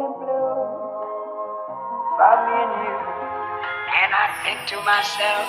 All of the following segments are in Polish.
the blue for me and you. And I think to myself,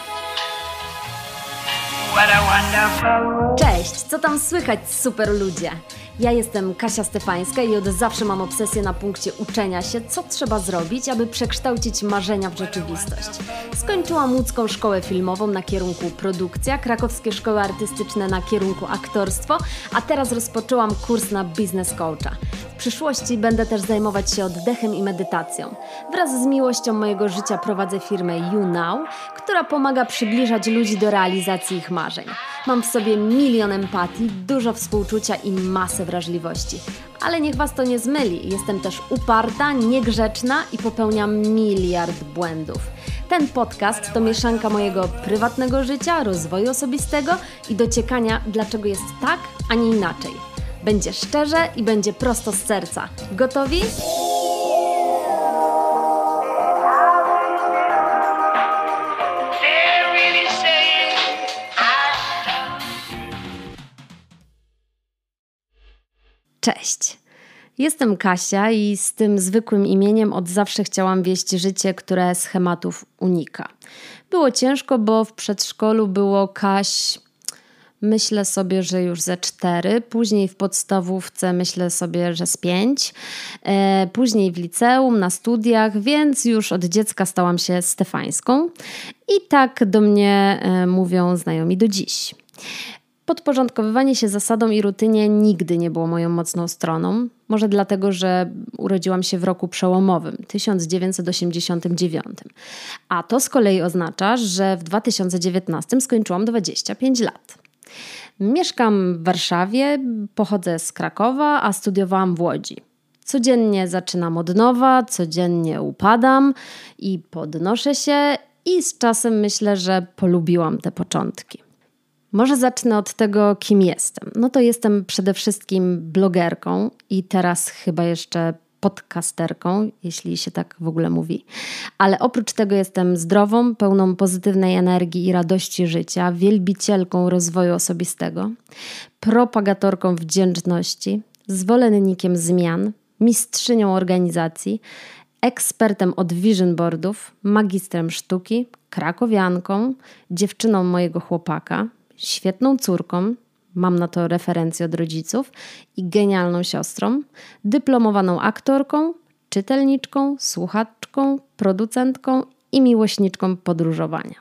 what a wonderful world. Cześć, co tam słychać, super ludzie? Ja jestem Kasia Stefańska i od zawsze mam obsesję na punkcie uczenia się, co trzeba zrobić, aby przekształcić marzenia w rzeczywistość. Skończyłam łódzką szkołę filmową na kierunku produkcja, krakowskie szkoły artystyczne na kierunku aktorstwo, a teraz rozpoczęłam kurs na business coacha. W przyszłości będę też zajmować się oddechem i medytacją. Wraz z miłością mojego życia prowadzę firmę YouNow, która pomaga przybliżać ludzi do realizacji ich marzeń. Mam w sobie milion empatii, dużo współczucia i masę wrażliwości. Ale niech Was to nie zmyli, jestem też uparta, niegrzeczna i popełniam miliard błędów. Ten podcast to mieszanka mojego prywatnego życia, rozwoju osobistego i dociekania, dlaczego jest tak, a nie inaczej. Będzie szczerze i będzie prosto z serca. Gotowi? Cześć. Jestem Kasia i z tym zwykłym imieniem od zawsze chciałam wieść życie, które schematów unika. Było ciężko, bo w przedszkolu było Kaś, myślę sobie, że już ze 4, później w podstawówce myślę sobie, że z 5, później w liceum, na studiach, więc już od dziecka stałam się Stefańską i tak do mnie mówią znajomi do dziś. Podporządkowywanie się zasadom i rutynie nigdy nie było moją mocną stroną. Może dlatego, że urodziłam się w roku przełomowym, 1989. A to z kolei oznacza, że w 2019 skończyłam 25 lat. Mieszkam w Warszawie, pochodzę z Krakowa, a studiowałam w Łodzi. Codziennie zaczynam od nowa, codziennie upadam i podnoszę się i z czasem myślę, że polubiłam te początki. Może zacznę od tego, kim jestem. No to jestem przede wszystkim blogerką i teraz chyba jeszcze podcasterką, jeśli się tak w ogóle mówi. Ale oprócz tego jestem zdrową, pełną pozytywnej energii i radości życia, wielbicielką rozwoju osobistego, propagatorką wdzięczności, zwolennikiem zmian, mistrzynią organizacji, ekspertem od vision boardów, magistrem sztuki, krakowianką, dziewczyną mojego chłopaka, świetną córką, mam na to referencję od rodziców, i genialną siostrą, dyplomowaną aktorką, czytelniczką, słuchaczką, producentką i miłośniczką podróżowania.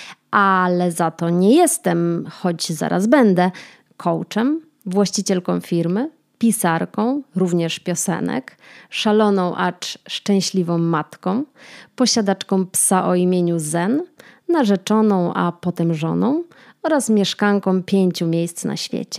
Ale za to nie jestem, choć zaraz będę, coachem, właścicielką firmy, pisarką, również piosenek, szaloną, acz szczęśliwą matką, posiadaczką psa o imieniu Zen, narzeczoną, a potem żoną oraz mieszkanką 5 miejsc na świecie.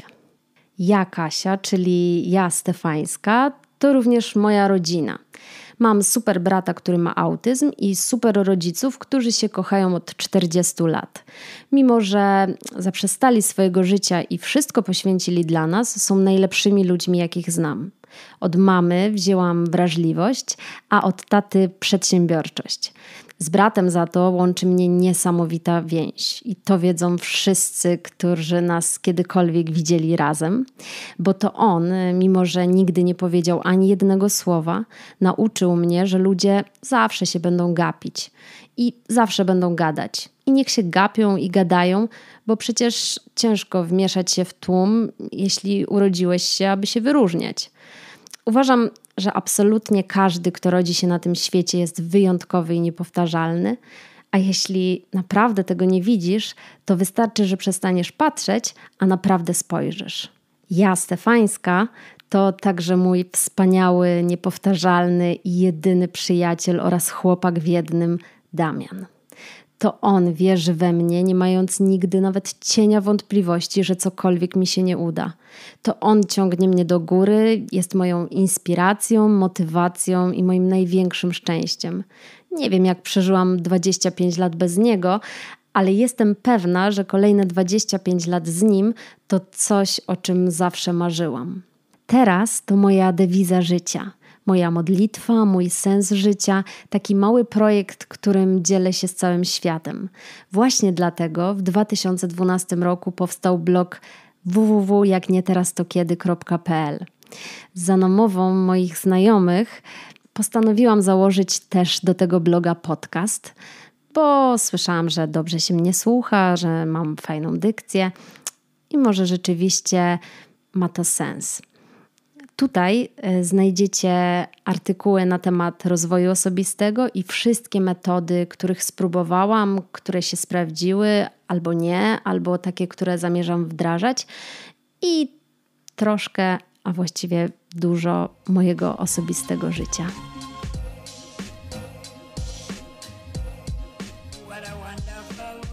Ja, Kasia, czyli ja Stefańska, to również moja rodzina. Mam super brata, który ma autyzm i super rodziców, którzy się kochają od 40 lat. Mimo że zaprzestali swojego życia i wszystko poświęcili dla nas, są najlepszymi ludźmi, jakich znam. Od mamy wzięłam wrażliwość, a od taty przedsiębiorczość. Z bratem za to łączy mnie niesamowita więź i to wiedzą wszyscy, którzy nas kiedykolwiek widzieli razem, bo to on, mimo że nigdy nie powiedział ani jednego słowa, nauczył mnie, że ludzie zawsze się będą gapić i zawsze będą gadać. I niech się gapią i gadają, bo przecież ciężko wmieszać się w tłum, jeśli urodziłeś się, aby się wyróżniać. Uważam, że absolutnie każdy, kto rodzi się na tym świecie, jest wyjątkowy i niepowtarzalny, a jeśli naprawdę tego nie widzisz, to wystarczy, że przestaniesz patrzeć, a naprawdę spojrzysz. Ja, Stefańska, to także mój wspaniały, niepowtarzalny i jedyny przyjaciel oraz chłopak w jednym, Damian. To on wierzy we mnie, nie mając nigdy nawet cienia wątpliwości, że cokolwiek mi się nie uda. To on ciągnie mnie do góry, jest moją inspiracją, motywacją i moim największym szczęściem. Nie wiem, jak przeżyłam 25 lat bez niego, ale jestem pewna, że kolejne 25 lat z nim to coś, o czym zawsze marzyłam. Teraz to moja dewiza życia. Moja modlitwa, mój sens życia, taki mały projekt, którym dzielę się z całym światem. Właśnie dlatego w 2012 roku powstał blog www.jaknieterastokiedy.pl. Za namową moich znajomych postanowiłam założyć też do tego bloga podcast, bo słyszałam, że dobrze się mnie słucha, że mam fajną dykcję i może rzeczywiście ma to sens. Tutaj znajdziecie artykuły na temat rozwoju osobistego i wszystkie metody, których spróbowałam, które się sprawdziły albo nie, albo takie, które zamierzam wdrażać i troszkę, a właściwie dużo mojego osobistego życia. What a wonderful